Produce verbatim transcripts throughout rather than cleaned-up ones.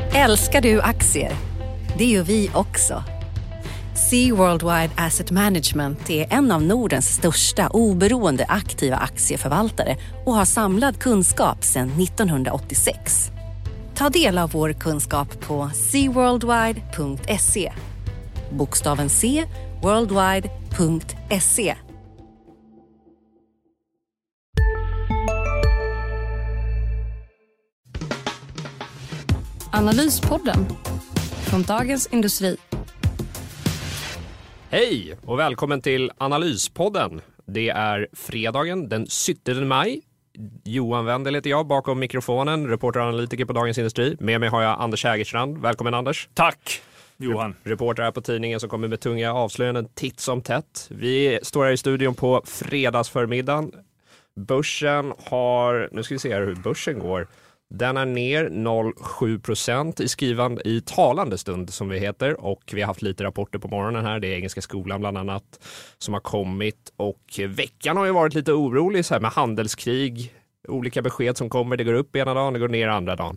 Älskar du aktier? Det gör vi också. Sea Worldwide Asset Management är en av Nordens största oberoende aktiva aktieförvaltare och har samlad kunskap sedan nittonhundraåttiosex. Ta del av vår kunskap på sea worldwide punkt se. Bokstaven C, worldwide punkt se. Analyspodden från Dagens Industri. Hej och välkommen till Analyspodden. Det är fredagen den sjuttonde maj. Johan Wendel heter jag bakom mikrofonen, reporter och analytiker på Dagens Industri. Med mig har jag Anders Hägerstrand. Välkommen Anders. Tack Johan. Reporter här på tidningen som kommer med tunga avslöjanden titt som tätt. Vi står här i studion på fredagsförmiddagen. Börsen har, nu ska vi se här hur börsen går. Den är ner noll komma sju procent i skrivande i talande stund som vi heter, och vi har haft lite rapporter på morgonen här. Det är Engelska skolan bland annat som har kommit, och veckan har ju varit lite orolig så här med handelskrig, olika besked som kommer, det går upp ena dagen, det går ner andra dagen.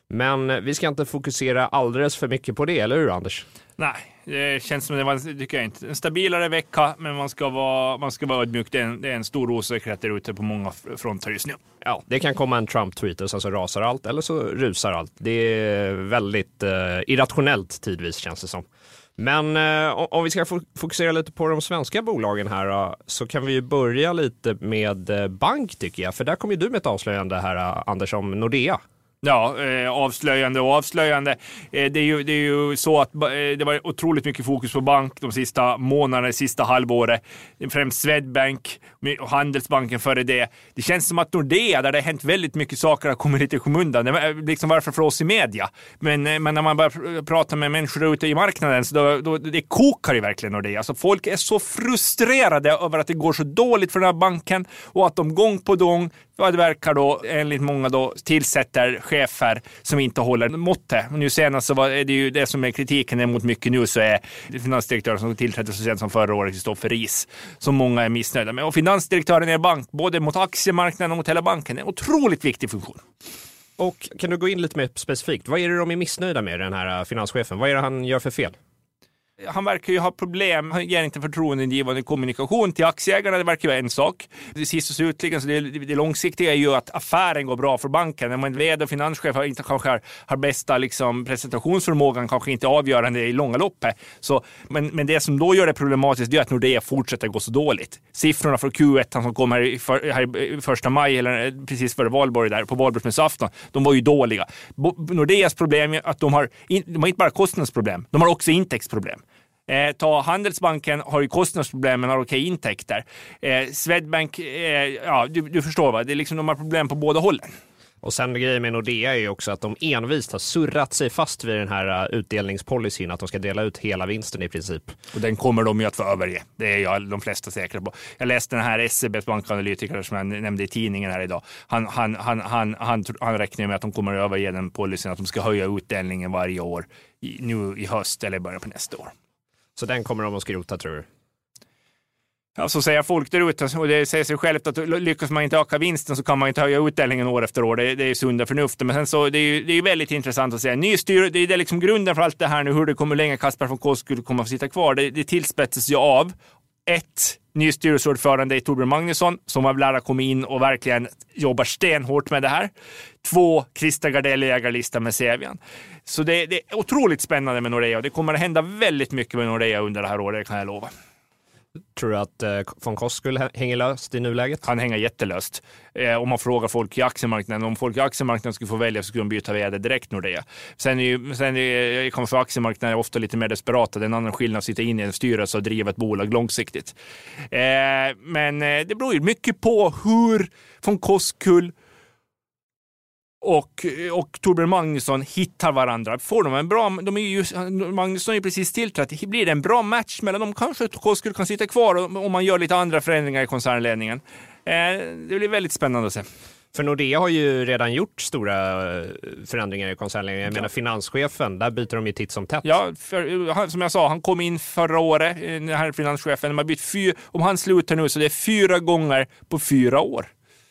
Men vi ska inte fokusera alldeles för mycket på det, eller hur Anders? Nej, det känns som det var, tycker jag inte. En stabilare vecka, men man ska vara, man ska vara ödmjuk. Det är en, det är en stor osäkerhet där ute på många fronter just nu. Ja, det kan komma en Trump-tweet och så rasar allt, eller så rusar allt. Det är väldigt eh, irrationellt tidvis känns det som. Men eh, om vi ska fokusera lite på de svenska bolagen här då, så kan vi ju börja lite med eh, bank tycker jag. För där kom ju du med ett avslöjande här, Anders, om Nordea. Ja, eh, avslöjande och avslöjande. Eh, det, är ju, det är ju så att eh, det var otroligt mycket fokus på bank de sista månaderna, sista halvåret. Främst Swedbank och Handelsbanken före det. Det känns som att Nordea, där det har hänt väldigt mycket saker, har kommit lite i skymundan. Det var liksom varför för oss i media. Men, eh, men när man börjar prata med människor ute i marknaden så då, då, det kokar ju verkligen Nordea. Alltså folk är så frustrerade över att det går så dåligt för den här banken och att de gång på gång, vad det verkar då, enligt många då, tillsätter chefer som inte håller måttet. Nu senast så var det ju det som är kritiken mot mycket nu, så är finansdirektören som tillträdde så sent som förra året, Kristoffer Ries, som många är missnöjda med. Och finansdirektören i bank, både mot aktiemarknaden och mot hela banken, är en otroligt viktig funktion. Och kan du gå in lite mer specifikt? Vad är det de är missnöjda med, den här finanschefen? Vad är det han gör för fel? Han verkar ju ha problem, han ger inte förtroendegivande kommunikation till aktieägarna, det verkar ju vara en sak. Det sist och slutligen, så det, det långsiktiga är ju att affären går bra för banken. När man vd och finanschef har inte kanske har, har bästa liksom, presentationsförmågan, kanske inte avgörande i långa loppet. Så, men, men det som då gör det problematiskt är att Nordea fortsätter gå så dåligt. Siffrorna för Q ett som kom här i, för, här i första maj, eller precis före valborg där, på valborgsmässoafton, de var ju dåliga. Nordeas problem är att de har, in, de har inte bara kostnadsproblem, de har också intäktsproblem. Eh, ta Handelsbanken har ju kostnadsproblem men har okej intäkter. Eh, Swedbank, eh, ja du, du förstår va, det är liksom de har problem på båda hållen. Och sen grejen med Nordea är ju också att de envist har surrat sig fast vid den här utdelningspolicyn, att de ska dela ut hela vinsten i princip. Och den kommer de ju att få överge. Det är jag de flesta säkra på. Jag läste den här S E B:s bankanalytiker som jag nämnde i tidningen här idag. Han, han, han, han, han, han räknar med att de kommer att överge den policyn, att de ska höja utdelningen varje år i, nu i höst eller början på nästa år. Så den kommer de att skrota, tror du? Ja, så säger folk där ute, och det säger sig självt att lyckas man inte öka vinsten så kan man inte höja utdelningen år efter år. Det, det är sunda förnuften. Men sen så, det är ju det är väldigt intressant att säga. Ny styr, det är det liksom grunden för allt det här nu, hur det kommer länge Kasper von Kos skulle komma att sitta kvar. Det, det tillspetsas ju av ett ny styrelseordförande i Torbjörn Magnusson som har lärt komma in och verkligen jobbar stenhårt med det här. Två, Christer Gardell i ägarlistan med Sevian. Så det, det är otroligt spännande med Nordea, och det kommer att hända väldigt mycket med Nordea under det här året, kan jag lova. Tror du att eh, von Kos skulle hänga löst i nuläget? Han hänger jättelöst. Eh, om man frågar folk i aktiemarknaden, om folk i aktiemarknaden skulle få välja så skulle de byta vd direkt Nordea. Sen är ju, sen är, kommer för aktiemarknaden ofta lite mer desperata. Det är en annan skillnad att sitta in i en styrelse och driva ett bolag långsiktigt. Eh, men eh, det beror ju mycket på hur von Kos kull och, och Torbjörn Magnusson hittar varandra. Får de en bra, de är ju, Magnusson är ju precis tillträtt. Blir det en bra match mellan dem? Kanske Koskul kan sitta kvar om man gör lite andra förändringar i koncernledningen. Eh, det blir väldigt spännande att se. För Nordea har ju redan gjort stora förändringar i koncernledningen. Jag menar finanschefen, där byter de ju titt som tätt. Ja, för, som jag sa, han kom in förra året, den här finanschefen. Man bytt fyr, om han slutar nu så det är fyra gånger på fyra år.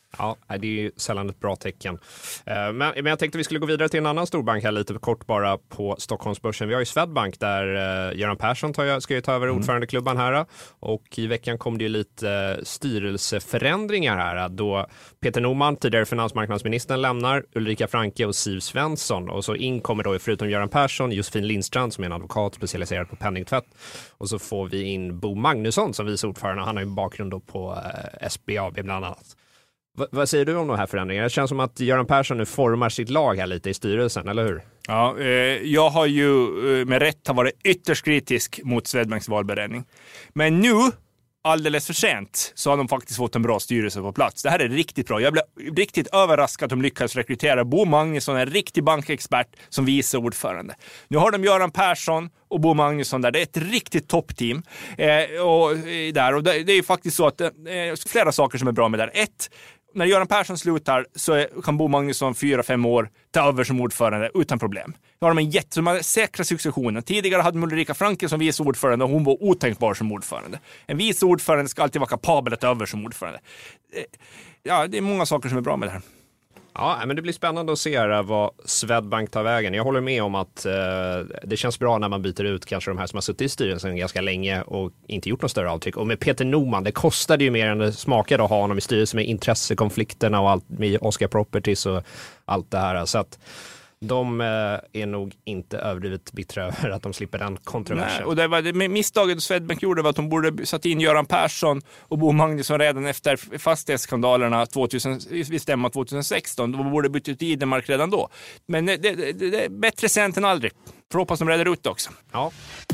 Ja, det är ju sällan ett bra tecken. Men, men jag tänkte vi skulle gå vidare till en annan storbank här lite kort bara på Stockholmsbörsen. Vi har ju Swedbank där Göran Persson tar, ska ju ta över mm. ordförandeklubban här. Och i veckan kom det ju lite styrelseförändringar här då Peter Norman, tidigare finansmarknadsministern, lämnar, Ulrika Franke och Siv Svensson. Och så inkommer då förutom Göran Persson Josefin Lindstrand som är en advokat specialiserad på penningtvätt. Och så får vi in Bo Magnusson som vice ordförande. Han har ju en bakgrund då på S B A B bland annat. V- vad säger du om de här förändringarna? Det känns som att Göran Persson nu formar sitt lag här lite i styrelsen, eller hur? Ja, eh, jag har ju eh, med rätt har varit ytterst kritisk mot Swedbanks valberedning. Men nu, alldeles för sent, så har de faktiskt fått en bra styrelse på plats. Det här är riktigt bra. Jag blev riktigt överraskad att de lyckades rekrytera Bo Magnusson, en riktig bankexpert, som vice ordförande. Nu har de Göran Persson och Bo Magnusson där. Det är ett riktigt toppteam. Eh, och, där. och det, det är faktiskt så att det är flera saker som är bra med det här. Ett, när Göran Persson slutar så är, kan Bo Magnusson fyra, fem år ta över som ordförande utan problem. Då har de en jätte, de har säkra successionen. Tidigare hade Ulrika Franke som vice ordförande och hon var otänkbar som ordförande. En vice ordförande ska alltid vara kapabel att ta över som ordförande. Ja, det är många saker som är bra med det här. Ja, men det blir spännande att se vad Swedbank tar vägen. Jag håller med om att eh, det känns bra när man byter ut kanske de här som har suttit i styrelsen ganska länge och inte gjort något större avtryck. Och med Peter Norman, det kostade ju mer än det smakade att ha honom i styrelsen med intressekonflikterna och allt med Oscar Properties och allt det här. Så att de är nog inte överdrivet bittra över att de slipper den kontroversen. Nej, och det var det misstaget att Swedbank gjorde var att de borde satt in Göran Persson och Bo Magnusson redan efter fastighetsskandalerna tvåtusen, vid stämman tjugohundrasexton. De borde byta ut Idemark redan då. Men det, det, det är bättre sent än aldrig. För hoppas de räddar ut det också. Ja.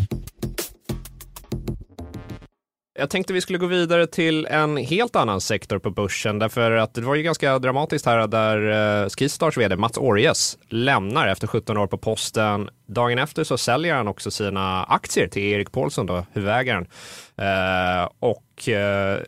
Jag tänkte vi skulle gå vidare till en helt annan sektor på börsen därför att det var ju ganska dramatiskt här där eh, Skistars vd Mats Orjes lämnar efter sjutton år på posten. Dagen efter så säljer han också sina aktier till Erik Paulsson då, huvudägaren. Eh, och eh,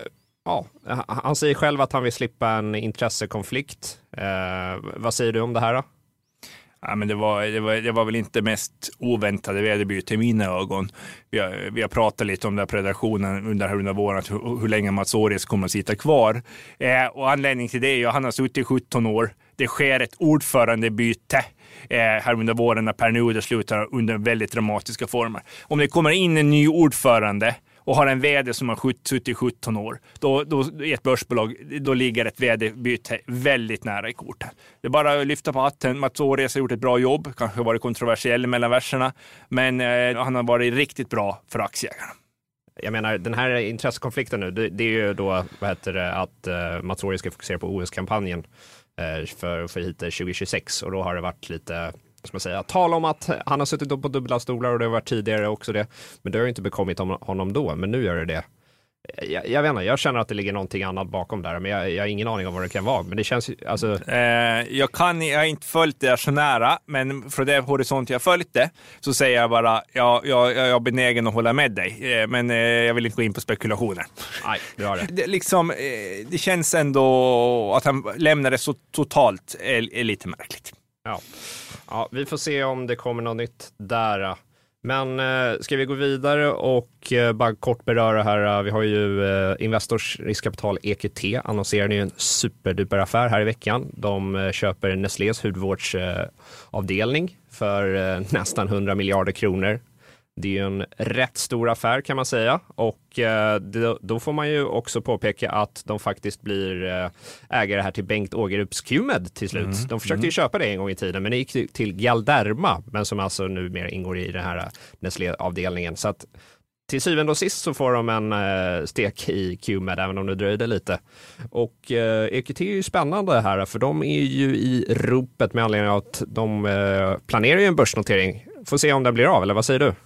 ja, han säger själv att han vill slippa en intressekonflikt. Eh, vad säger du om det här då? Ja, men det, var, det, var, det var väl inte mest oväntade vederbyte i mina ögon. Vi har, vi har pratat lite om den här predationen under, under våren, hur, hur länge Mats Orjes kommer att sitta kvar. Eh, och anledningen till det är ju att han har suttit i sjutton år. Det sker ett ordförandebyte eh, här under våren när Per Nuder slutar under väldigt dramatiska former. Om det kommer in en ny ordförande och har en vd som har suttit i sjutton år, då, då, i ett börsbolag, då ligger ett vd-byte väldigt nära i korten. Det är bara att lyfta på hatten. Mats Orjes har gjort ett bra jobb, kanske varit kontroversiell mellan verserna, men eh, han har varit riktigt bra för aktieägarna. Jag menar, den här intressekonflikten nu, det, det är ju då vad heter det, att uh, Mats Orjes ska fokusera på O S-kampanjen uh, för, för hit tjugohundratjugosex och då har det varit lite... Ska man säga, tal om att han har suttit på dubbla stolar och det har varit tidigare också det. Men det har ju inte bekommit om honom då, men nu gör det det. Jag, jag vet inte, jag känner att det ligger någonting annat bakom där, men jag, jag har ingen aning om vad det kan vara. Men det känns ju, alltså... Eh, jag, kan, jag har inte följt det så nära, men från det horisont jag har följt det så säger jag bara, ja, jag, jag är benägen att hålla med dig. Eh, men eh, jag vill inte gå in på spekulationer. Nej, du har det. Det, liksom, eh, det känns ändå att han lämnar det så totalt är, är lite märkligt. Ja. Ja, vi får se om det kommer något nytt där. Men eh, ska vi gå vidare och eh, bara kort beröra här. Vi har ju eh, Investors riskkapital E Q T annonserade ju en superduper affär här i veckan. De eh, köper Nestlés hudvårdsavdelning eh, för eh, nästan hundra miljarder kronor. Det är ju en rätt stor affär kan man säga och eh, då, då får man ju också påpeka att de faktiskt blir eh, ägare här till Bengt Ågerups Q-Med till slut. Mm, de försökte mm. ju köpa det en gång i tiden men det gick till, till Galderma men som alltså numera ingår i den här Nestlé-avdelningen. Så att till syvende och sist så får de en eh, stek i Q-Med även om det dröjde lite. Och eh, E Q T är ju spännande här för de är ju i ropet med anledning av att de eh, planerar ju en börsnotering. Får se om den blir av eller vad säger du?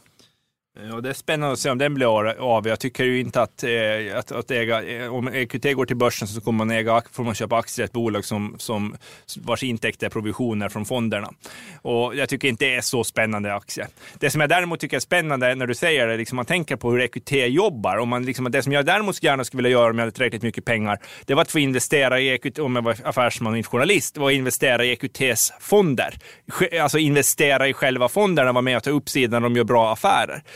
Ja, det är spännande att se om den blir av. Jag tycker ju inte att, eh, att, att äga, om E Q T går till börsen så kommer man äga, får man köpa aktier i ett bolag som, som vars intäkter är provisioner från fonderna. Och jag tycker inte det är så spännande aktier. Det som jag däremot tycker är spännande när du säger det, liksom man tänker på hur E Q T jobbar. Om man, liksom, det som jag däremot gärna skulle vilja göra om jag hade tillräckligt mycket pengar, det var att få investera i E Q T, om jag var affärsman och inte journalist, var att investera i E Q T:s fonder. Alltså investera i själva fonderna, var med att ta upp sidan när de gör bra affärer.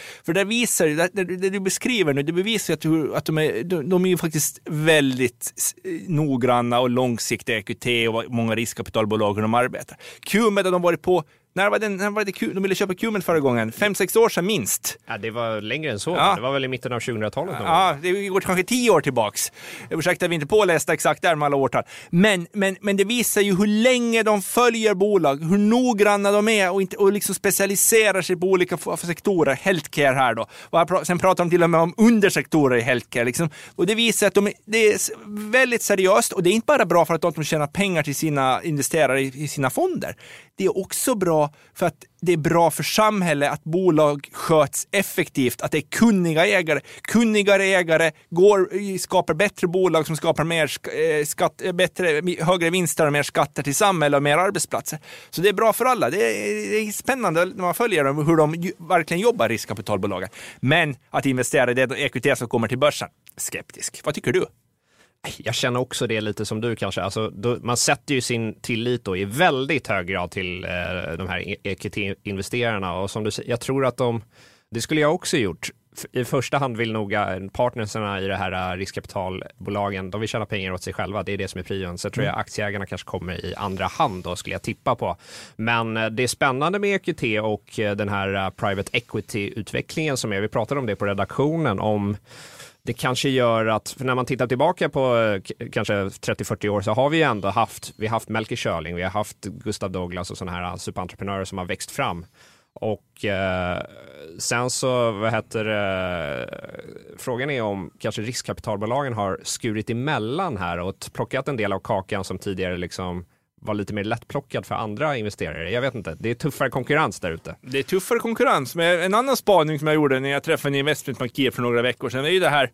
För det visar, det, det, det du beskriver nu, det bevisar att, du, att de, är, de, de är ju faktiskt väldigt noggranna och långsiktiga E Q T och många riskkapitalbolag hur de arbetar. Q-med har de varit på. När var det, när var det Q, de ville köpa Q-med förra gången? Fem, sex år sedan minst. Ja, det var längre än så. Ja. Det var väl i mitten av tjugohundratalet. Ja, det går kanske tio år tillbaks. Jag ursäktar, vi inte pålästa exakt där med alla årtal. Men, men, men det visar ju hur länge de följer bolag, hur noggranna de är och, inte, och liksom specialiserar sig på olika sektorer. Healthcare här då. Och sen pratar de till och med om undersektorer i healthcare. Liksom. Och det visar att de är, det är väldigt seriöst. Och det är inte bara bra för att de tjänar pengar till sina investerare i, i sina fonder. Det är också bra för att det är bra för samhället att bolag sköts effektivt, att det är kunniga ägare. Kunnigare ägare går, skapar bättre bolag som skapar mer skatt, bättre, högre vinster och mer skatter till samhället och mer arbetsplatser. Så det är bra för alla. Det är, det är spännande när man följer dem, hur de verkligen jobbar, riskkapitalbolagen. Men att investera i det E Q T som kommer till börsen, skeptisk. Vad tycker du? Jag känner också det lite som du kanske. Alltså, då, man sätter ju sin tillit då i väldigt hög grad till eh, de här E Q T-investerarna. Och som du säger, jag tror att de, det skulle jag också gjort. I första hand vill nog partnerserna i det här riskkapitalbolagen, de vill tjäna pengar åt sig själva. Det är det som är prion. Så tror jag aktieägarna kanske kommer i andra hand då, skulle jag tippa på. Men det är spännande med E Q T och den här private equity-utvecklingen som är. Vi pratade om det på redaktionen, om det kanske gör att, för när man tittar tillbaka på kanske trettio till fyrtio år, så har vi ju ändå haft, vi har haft Melker Schörling, vi har haft Gustav Douglas och sådana här superentreprenörer som har växt fram. Och eh, sen så, vad heter det, frågan är om kanske riskkapitalbolagen har skurit emellan här och plockat en del av kakan som tidigare liksom var lite mer lättplockad för andra investerare. Jag vet inte, det är tuffare konkurrens där ute. Det är tuffare konkurrens, men en annan spaning som jag gjorde när jag träffade en investmentbankier för några veckor sedan är ju det här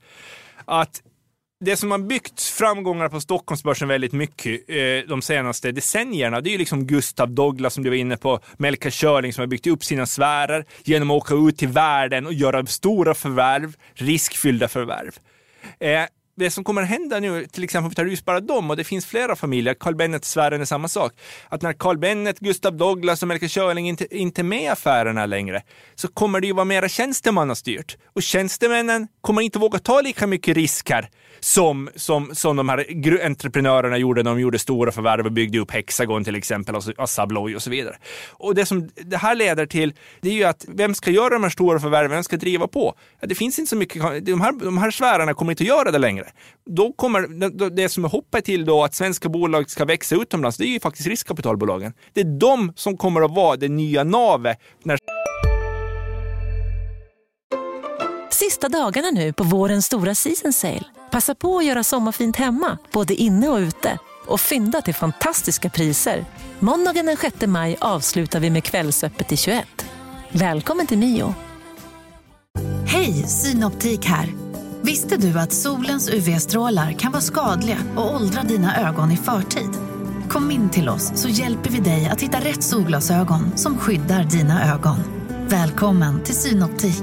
att det som har byggt framgångar på Stockholmsbörsen väldigt mycket eh, de senaste decennierna, det är ju liksom Gustav Douglas som du var inne på, Melker Schörling som har byggt upp sina sfärer genom att åka ut till världen och göra stora förvärv, riskfyllda förvärv. Eh, Det som kommer att hända nu, till exempel om vi tar just bara dem, och det finns flera familjer, Carl Bennet-sfären är samma sak, att när Carl Bennet, Gustav Douglas och Melker Schörling inte, inte är med i affärerna längre, så kommer det ju vara mera tjänstemannastyrt. Och tjänstemännen kommer inte våga ta lika mycket risker som, som, som de här entreprenörerna gjorde när de gjorde stora förvärv och byggde upp Hexagon till exempel, och Assa Abloy och så vidare. Och det som det här leder till, det är ju att vem ska göra de här stora förvärven, vem ska driva på? Ja, det finns inte så mycket, de här, de här sfärerna kommer inte att göra det längre. Då kommer det som är hoppet till då att svenska bolag ska växa utomlands, det är ju faktiskt riskkapitalbolagen. Det är de som kommer att vara det nya navet när... Sista dagarna nu på vårens stora season sale. Passa på att göra sommarfint hemma, både inne och ute. Och fynda till fantastiska priser. Måndagen den sjätte maj avslutar vi med Kvällsöppet i tjugoett. Välkommen till Mio. Hej, Synoptik här. Visste du att solens U V-strålar kan vara skadliga och åldra dina ögon i förtid? Kom in till oss så hjälper vi dig att hitta rätt solglasögon som skyddar dina ögon. Välkommen till Synoptik.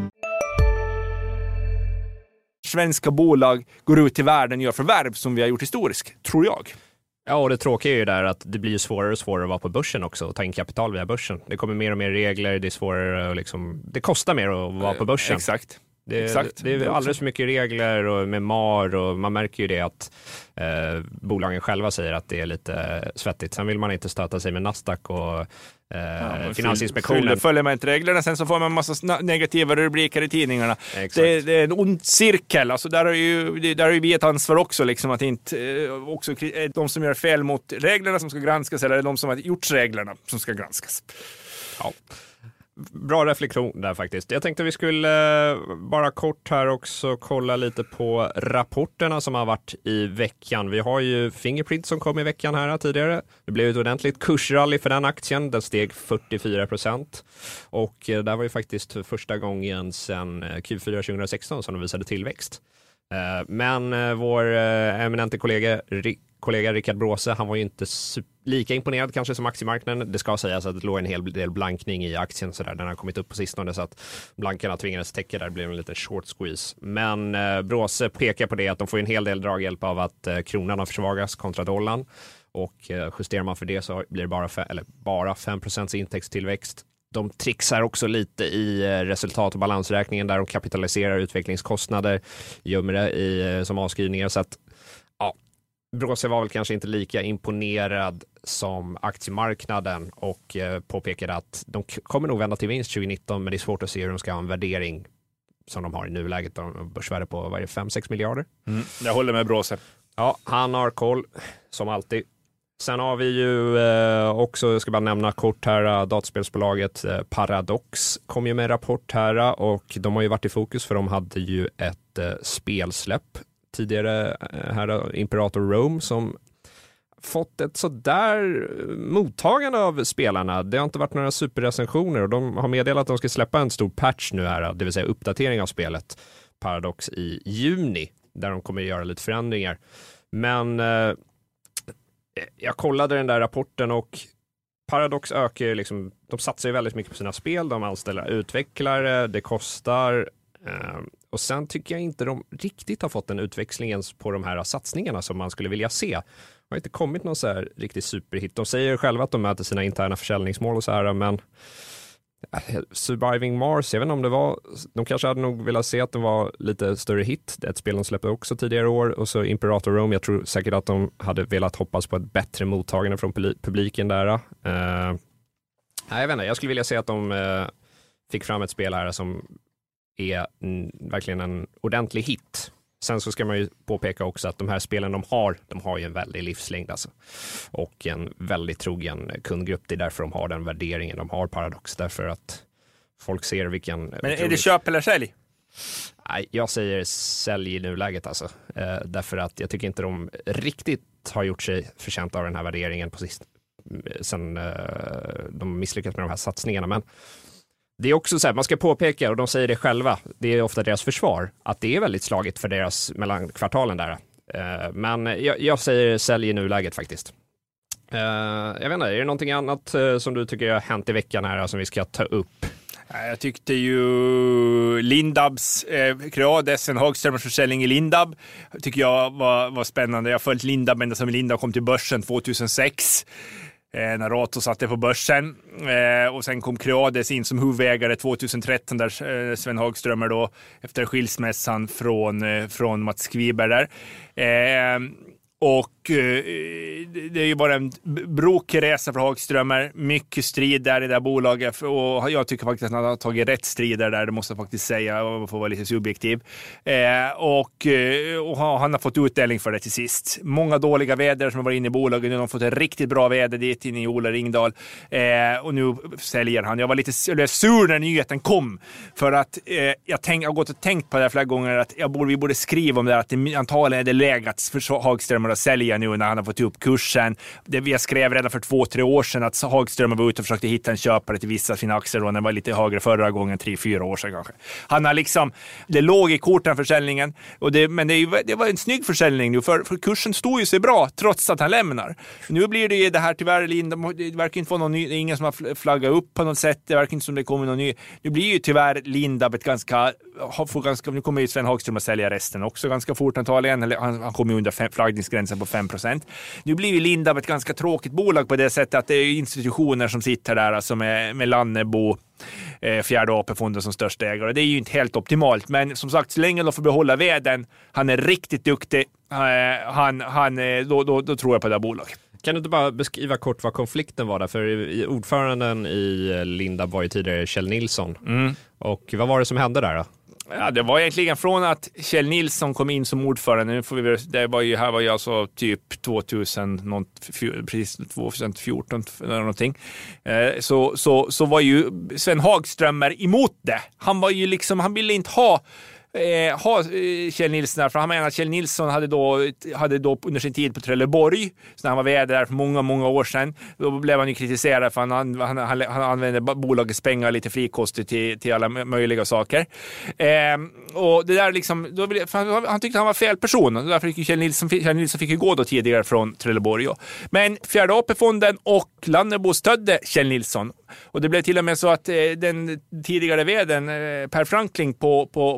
Svenska bolag går ut till världen och gör förvärv som vi har gjort historiskt, tror jag. Ja, och det tråkiga är ju där att det blir svårare och svårare att vara på börsen också och ta in kapital via börsen. Det kommer mer och mer regler, det är svårare och liksom, det kostar mer att vara på börsen. Eh, exakt. Det, Exakt. det är alldeles för mycket regler och med M A R, och man märker ju det att eh, bolagen själva säger att det är lite svettigt. Sen vill man inte stöta sig med Nasdaq och eh, ja, Finansinspektionen. Följer man inte reglerna, sen så får man en massa negativa rubriker i tidningarna. Det, det är en ond cirkel. Alltså där har ju, där har ju vi ett ansvar också, liksom, att inte också de som gör fel mot reglerna som ska granskas, eller de som har gjort reglerna som ska granskas. Ja. Bra reflektion där faktiskt. Jag tänkte vi skulle bara kort här också kolla lite på rapporterna som har varit i veckan. Vi har ju Fingerprint som kom i veckan här tidigare. Det blev ett ordentligt kursrally för den aktien. Den steg fyrtiofyra procent. Och där var ju faktiskt första gången sedan Q fyra tjugohundrasexton som de visade tillväxt. Men vår eminente kollega kollega Rickard Bråse, han var ju inte super, lika imponerad kanske som aktiemarknaden. Det ska sägas att det låg en hel del blankning i aktien så där. Den har kommit upp på sistone så att blankarna tvingades täcka där. Det blev en liten short squeeze. Men eh, Bråse pekar på det att de får en hel del draghjälp av att eh, kronan har försvagats kontra dollarn. Och eh, justerar man för det så blir det bara, fe- eller bara fem procent intäktstillväxt. de trixar också lite i resultat- och balansräkningen där de kapitaliserar utvecklingskostnader, gömmer det i, som avskrivningar. Så att, ja, Brose var väl kanske inte lika imponerad som aktiemarknaden och eh, påpekade att de k- kommer nog vända till vinst tjugonitton, men det är svårt att se hur de ska ha en värdering som de har i nuläget. De börsvärde på vad är det, fem sex miljarder. Mm, jag håller med Brose. Ja, han har koll som alltid. Sen har vi ju eh, också, jag ska bara nämna kort här, dataspelsbolaget eh, Paradox kom ju med en rapport här och de har ju varit i fokus för de hade ju ett eh, spelsläpp tidigare eh, här, Imperator Rome, som fått ett sådär mottagande av spelarna. Det har inte varit några superrecensioner och de har meddelat att de ska släppa en stor patch nu här, det vill säga uppdatering av spelet Paradox i juni, där de kommer att göra lite förändringar. Men eh, jag kollade den där rapporten och Paradox ökar ju liksom, de satsar ju väldigt mycket på sina spel, de anställer utvecklare, det kostar eh, och sen tycker jag inte de riktigt har fått den utväxlingen på de här satsningarna som man skulle vilja se. Det har inte kommit någon så här riktig superhit. De säger själva att de möter sina interna försäljningsmål och så här, men Surviving Mars, jag vet inte om det var, de kanske hade nog velat se att det var lite större hit. Det är ett spel de släppte också tidigare år, och så Imperator Rome, jag tror säkert att de hade velat hoppas på ett bättre mottagande från publiken där. Uh, nej, jag vet inte, jag skulle vilja se att de uh, fick fram ett spel här som är mm, verkligen en ordentlig hit. Sen så ska man ju påpeka också att de här spelen de har, de har ju en väldig livslängd alltså. Och en väldigt trogen kundgrupp. Det är därför de har den värderingen de har, Paradox. Därför att folk ser vilken... Men otroligt... är det köp eller sälj? Nej, jag säger sälj i nuläget alltså. Eh, därför att jag tycker inte de riktigt har gjort sig förtjänta av den här värderingen på sist, sen eh, de misslyckats med de här satsningarna. Men det är också så här, man ska påpeka, och de säger det själva, det är ofta deras försvar, att det är väldigt slagigt för deras mellan kvartalen där. Uh, men jag, jag säger sälj i nuläget faktiskt. Uh, jag vet inte, är det någonting annat uh, som du tycker har hänt i veckan här som vi ska ta upp? Jag tyckte ju Lindabs, eh, Creades, Sven Hagströmers försäljning i Lindab tycker jag var, var spännande. Jag har följt Lindab ända som Lindab kom till börsen tjugohundrasex. När Rato satte på börsen eh, och sen kom Creades in som huvudägare tjugotretton där eh, Sven Hagströmer då efter skilsmässan från, eh, från Mats Kviberg där. Eh, och eh, det är ju bara en brokig resa för Hagströmer, mycket strid där i det här bolaget, och jag tycker faktiskt att han har tagit rätt strider där, det måste jag faktiskt säga, och får vara lite subjektiv. Eh, och, och han har fått utdelning för det till sist. Många dåliga väder som har varit inne i bolaget, nu har de fått ett riktigt bra väder dit inne i Ola Ringdal, eh, och nu säljer han. Jag var lite jag blev sur när nyheten kom, för att eh, jag, tänk, jag har gått och tänkt på det flera gånger att jag borde, vi borde skriva om det, att det antagligen är det lägats för Hagströmer att sälja nu när han har fått upp kursen. Det vi skrev redan för två, tre år sedan att Hagströmer var ute och försökte hitta en köpare till vissa sina aktier, och den var lite högre förra gången, tre, fyra år sedan kanske. Han har liksom, det låg i korten försäljningen, och det, men det, är ju, det var en snygg försäljning nu, för, för kursen stod ju sig bra trots att han lämnar. Nu blir det ju det här tyvärr, det verkar inte vara någon ny, det är ingen som har flaggat upp på något sätt, det verkar inte som det kommer någon ny. Nu blir ju tyvärr Lindab ett ganska, får ganska nu kommer ju Sven Hagström att sälja resten också ganska fort antagligen, eller han, han kommer ju under fem, flaggningsgränsen på fem procent. Nu blir ju Lindab ett ganska tråkigt bolag på det sättet att det är institutioner som sitter där, alltså med, med Lannebo, eh, fjärde A P-fonden som största ägare. Det är ju inte helt optimalt, men som sagt, så länge de får behålla veden, han är riktigt duktig, eh, han, han, då, då, då tror jag på det här bolaget. Kan du inte bara beskriva kort vad konflikten var där? För i, ordföranden i Lindab var ju tidigare Kjell Nilsson. Mm. Och vad var det som hände där då? Ja, det var egentligen från att Kjell Nilsson kom in som ordförande. Nu får vi, det var ju, här var ju alltså typ tvåtusen, någon, precis tjugohundrafjorton eller någonting. Eh, så, så, så var ju Sven Hagströmer emot det. Han var ju liksom, han ville inte ha Eh, ha eh, Kjell Nilsson där, för han menar att Kjell Nilsson hade då, hade då under sin tid på Trelleborg, så när han var vd där för många, många år sedan, då blev han ju kritiserad för han, han, han, han använde bolagets pengar lite frikostigt till, till alla möjliga saker. Eh, och det där liksom, då, han, han tyckte han var fel person, därför fick Kjell Nilsson, Kjell Nilsson fick ju gå då tidigare från Trelleborg. Ja. Men fjärde A P-fonden och Lannebo stödde Kjell Nilsson. Och det blev till och med så att eh, den tidigare vdn eh, Per Frankling på, på, på,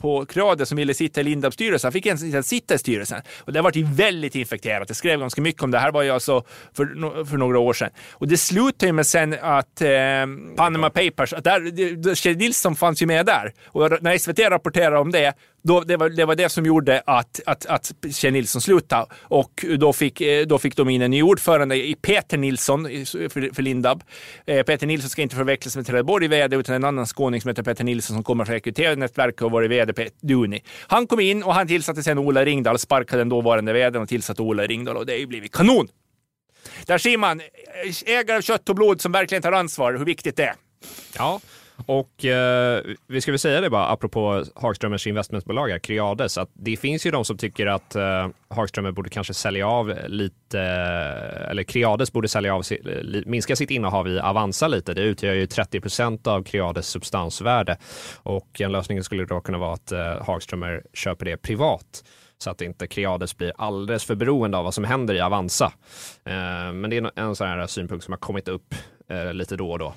på Creades som ville sitta i Lindabs styrelsen. Han fick inte sitta i styrelsen. Och det har varit väldigt infekterat. Det skrev ganska mycket om det. Här var jag alltså för, för några år sedan. Och det slutade ju med sen att eh, Panama Papers, att där, Kjell Nilsson fanns ju med där. Och när S V T rapporterade om det, då, det, var, det var det som gjorde att, att, att Kjell Nilsson slutade. Och då fick, då fick de in en ny ordförande i Peter Nilsson för, för Lindab. Eh, Peter Nilsson ska inte förväxlas med Trelleborg vd utan en annan skåning som heter Peter Nilsson som kommer från rekryteringsnätverket och var vd på Duni. Han kom in och han tillsatte sen Ola Ringdahl, sparkade den dåvarande vdn och tillsatte Ola Ringdahl och det har ju blivit kanon. Där ser man ägare av kött och blod som verkligen tar ansvar, hur viktigt det är. Ja, och eh, vi ska väl säga det bara apropå Hagströmers investmentbolag, Creades, att det finns ju de som tycker att eh, Hagströmer borde kanske sälja av lite, eller Creades borde sälja av, minska sitt innehav i Avanza lite. Det utgör ju trettio procent av Creades substansvärde och en lösning skulle då kunna vara att eh, Hagströmer köper det privat. Så att inte Creades blir alldeles för beroende av vad som händer i Avanza. Eh, men det är en sån här synpunkt som har kommit upp eh, lite då och då.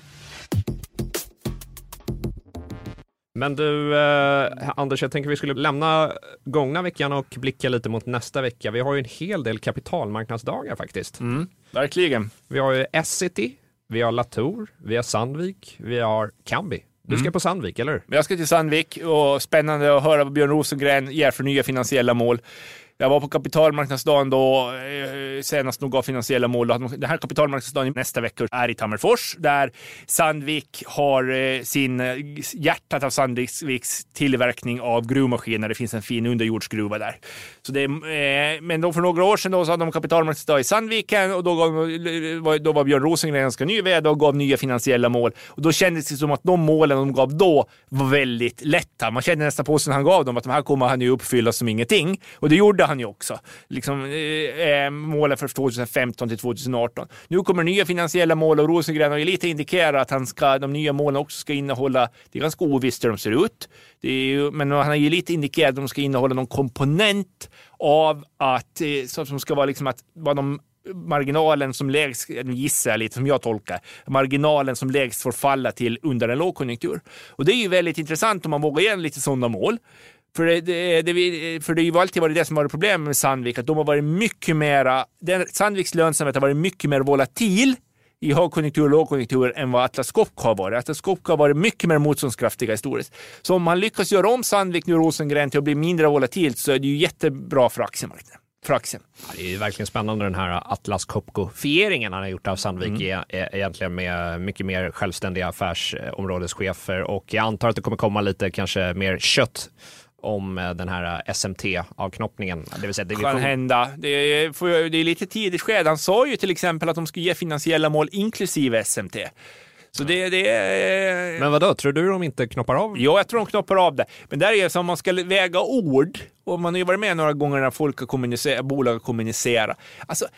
Men du, eh, Anders, jag tänker vi skulle lämna gångna veckan och blicka lite mot nästa vecka. Vi har ju en hel del kapitalmarknadsdagar faktiskt. Mm, verkligen. Vi har ju Essity, vi har Latour, vi har Sandvik, vi har Kambi. Du ska mm. på Sandvik, eller? Jag ska till Sandvik och spännande att höra vad Björn Rosengren ger för nya finansiella mål. Jag var på kapitalmarknadsdagen då eh, senast nog gav finansiella mål. Den här kapitalmarknadsdagen nästa vecka är i Tammerfors där Sandvik har eh, sin hjärtat av Sandviks tillverkning av gruvmaskiner. Det finns en fin underjordsgruva där. Så det, eh, men då för några år sedan då så hade de kapitalmarknadsdag i Sandviken och då, gav, då var Björn Rosengren ganska ny vd och gav nya finansiella mål. Och då kändes det som att de målen de gav då var väldigt lätta. Man kände nästan på sig när han gav dem att de här kommer han ju uppfylla som ingenting. Och det gjorde han ju också. Liksom, eh, målen för tjugohundrafemton till tjugohundraarton. Nu kommer nya finansiella mål och Rosengren har ju lite indikerat att han ska, de nya målen också ska innehålla, det är ganska ovisst hur de ser ut. Det är ju, men han har ju lite indikerat att de ska innehålla någon komponent av att, eh, som ska vara liksom att vad de marginalen som lägst, gissar jag lite som jag tolkar, marginalen som lägst får falla till under en lågkonjunktur. Och det är ju väldigt intressant om man vågar ge lite sådana mål. För det, det, det, för det har ju alltid varit det som varit problem med Sandvik, att de har varit mycket mera, den, Sandviks lönsamhet har varit mycket mer volatil i högkonjunktur och lågkonjunktur än vad Atlas Copco har varit. Atlas Copco har varit mycket mer motståndskraftiga historiskt. Så om man lyckas göra om Sandvik nu Rosengren till att bli mindre volatilt så är det ju jättebra för aktiemarknaden. För aktien. Ja, det är ju verkligen spännande den här Atlas Copco-fieringen han har gjort av Sandvik mm. är, är egentligen med mycket mer självständiga affärsområdeschefer och jag antar att det kommer komma lite kanske mer kött om den här S M T-avknoppningen. Det vill säga, det kan hända. Det är, det är lite tidigt sked. Han sa ju till exempel att de ska ge finansiella mål inklusive S M T. Så det, det är... Men vadå, tror du de inte knoppar av? Ja, jag tror de knoppar av det. Men där är det som om man ska väga ord. Och man har ju varit med några gånger när folk har kommunicerat, bolag kommunicerar. Alltså,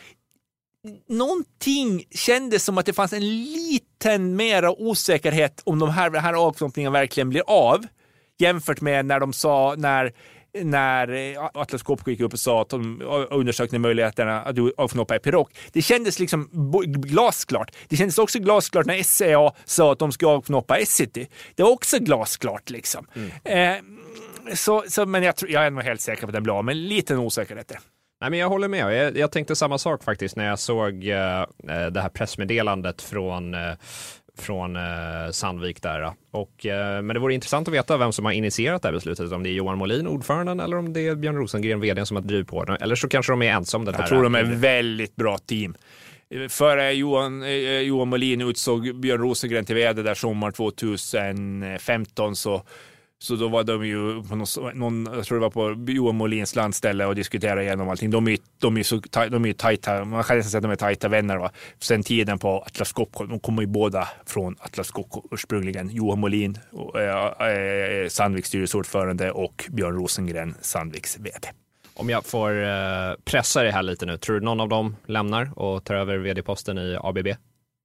någonting kändes som att det fanns en liten mera osäkerhet om de här, här avknoppningen verkligen blir av. Jämfört med när de sa, när, när Atlas Copco gick upp och sa att de undersökte möjligheterna att avknoppa Epiroc. Det kändes liksom glasklart. Det kändes också glasklart när S C A sa att de skulle avknoppa Essity. Det var också glasklart liksom. Mm. Eh, så, så, men jag, tror, jag är nog helt säker på att den blir av, men liten osäkerhet där. Nej, men jag håller med. Jag, jag tänkte samma sak faktiskt när jag såg uh, det här pressmeddelandet från uh, från eh, Sandvik där. Och, eh, men det vore intressant att veta vem som har initierat det här beslutet. Om det är Johan Molin, ordföranden, eller om det är Björn Rosengren, vdn, som har drivit på det. Eller så kanske de är ensam den här. Jag tror de är ett väldigt bra team. Före Johan, eh, Johan Molin utsåg Björn Rosengren till vd där sommar tjugohundrafemton så Så då var de ju på någon, någon, jag tror det var på Johan Molins landställe och diskuterade igenom allting. De är, de är så de är tajta, man kan nästan säga att de är tajta vänner va. Sen tiden på Atlas Copco, de kommer ju båda från Atlas Copco ursprungligen. Johan Molin, äh, Sandviks styrelseordförande och Björn Rosengren, Sandviks vd. Om jag får eh, pressa det här lite nu, tror du någon av dem lämnar och tar över vd-posten i A B B?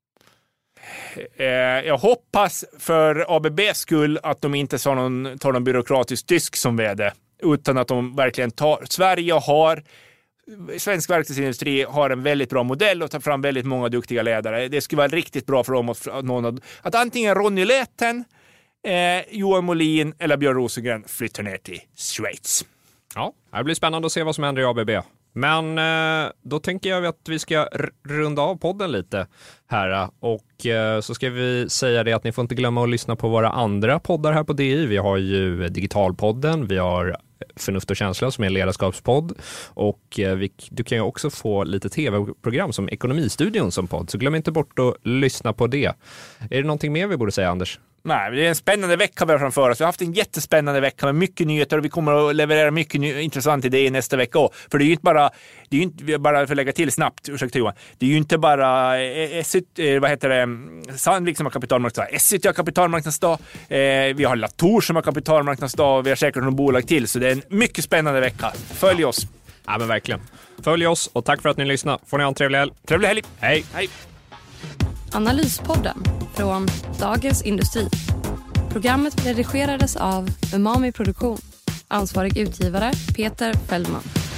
Jag hoppas för A B B:s skull att de inte tar någon, tar någon byråkratisk tysk som vd, utan att de verkligen tar... Sverige har... Svensk verkstadsindustri har en väldigt bra modell och tar fram väldigt många duktiga ledare. Det skulle vara riktigt bra för dem att, någon, att antingen Ronny Leten eh, Johan Molin eller Björn Rosengren flyttar ner till Schweiz. Ja, det blir spännande att se vad som händer i A B B. Men eh, då tänker jag att vi ska r- runda av podden lite här. Och eh, så ska vi säga det att ni får inte glömma att lyssna på våra andra poddar här på D I. Vi har ju Digitalpodden, vi har Förnuft och känsla som är en ledarskapspodd. Och eh, vi, du kan ju också få lite tv-program som Ekonomistudion som podd. Så glöm inte bort att lyssna på det. Är det någonting mer vi borde säga, Anders? Nej, det är en spännande vecka vi har framför oss. Vi har haft en jättespännande vecka med mycket nyheter och vi kommer att leverera mycket ny- intressant idéer nästa vecka också. För det är ju inte bara, det är ju inte bara för att lägga till snabbt, ursäkta Johan, det är ju inte bara S Y, vad heter det, Sandvik som har kapitalmarknadsdag, S Y T har kapitalmarknadsdag, eh, vi har Latour som har kapitalmarknadsdag och vi har säkert någon bolag till. Så det är en mycket spännande vecka. Följ oss. Ja, men verkligen. Följ oss och tack för att ni lyssnar. Får ni ha en trevlig helg. Trevlig helg. Hej. Hej. Analyspodden från Dagens Industri. Programmet redigerades av Umami Produktion. Ansvarig utgivare Peter Fällman.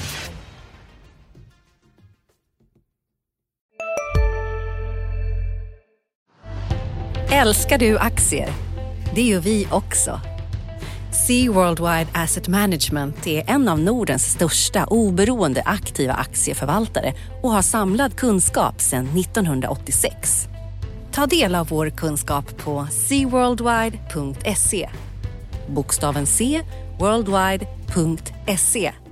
Älskar du aktier? Det gör vi också. Sea Worldwide Asset Management är en av Nordens största oberoende aktiva aktieförvaltare och har samlad kunskap sedan nittonhundraåttiosex. Ta del av vår kunskap på sea worldwide punkt se. Bokstaven C, worldwide punkt se.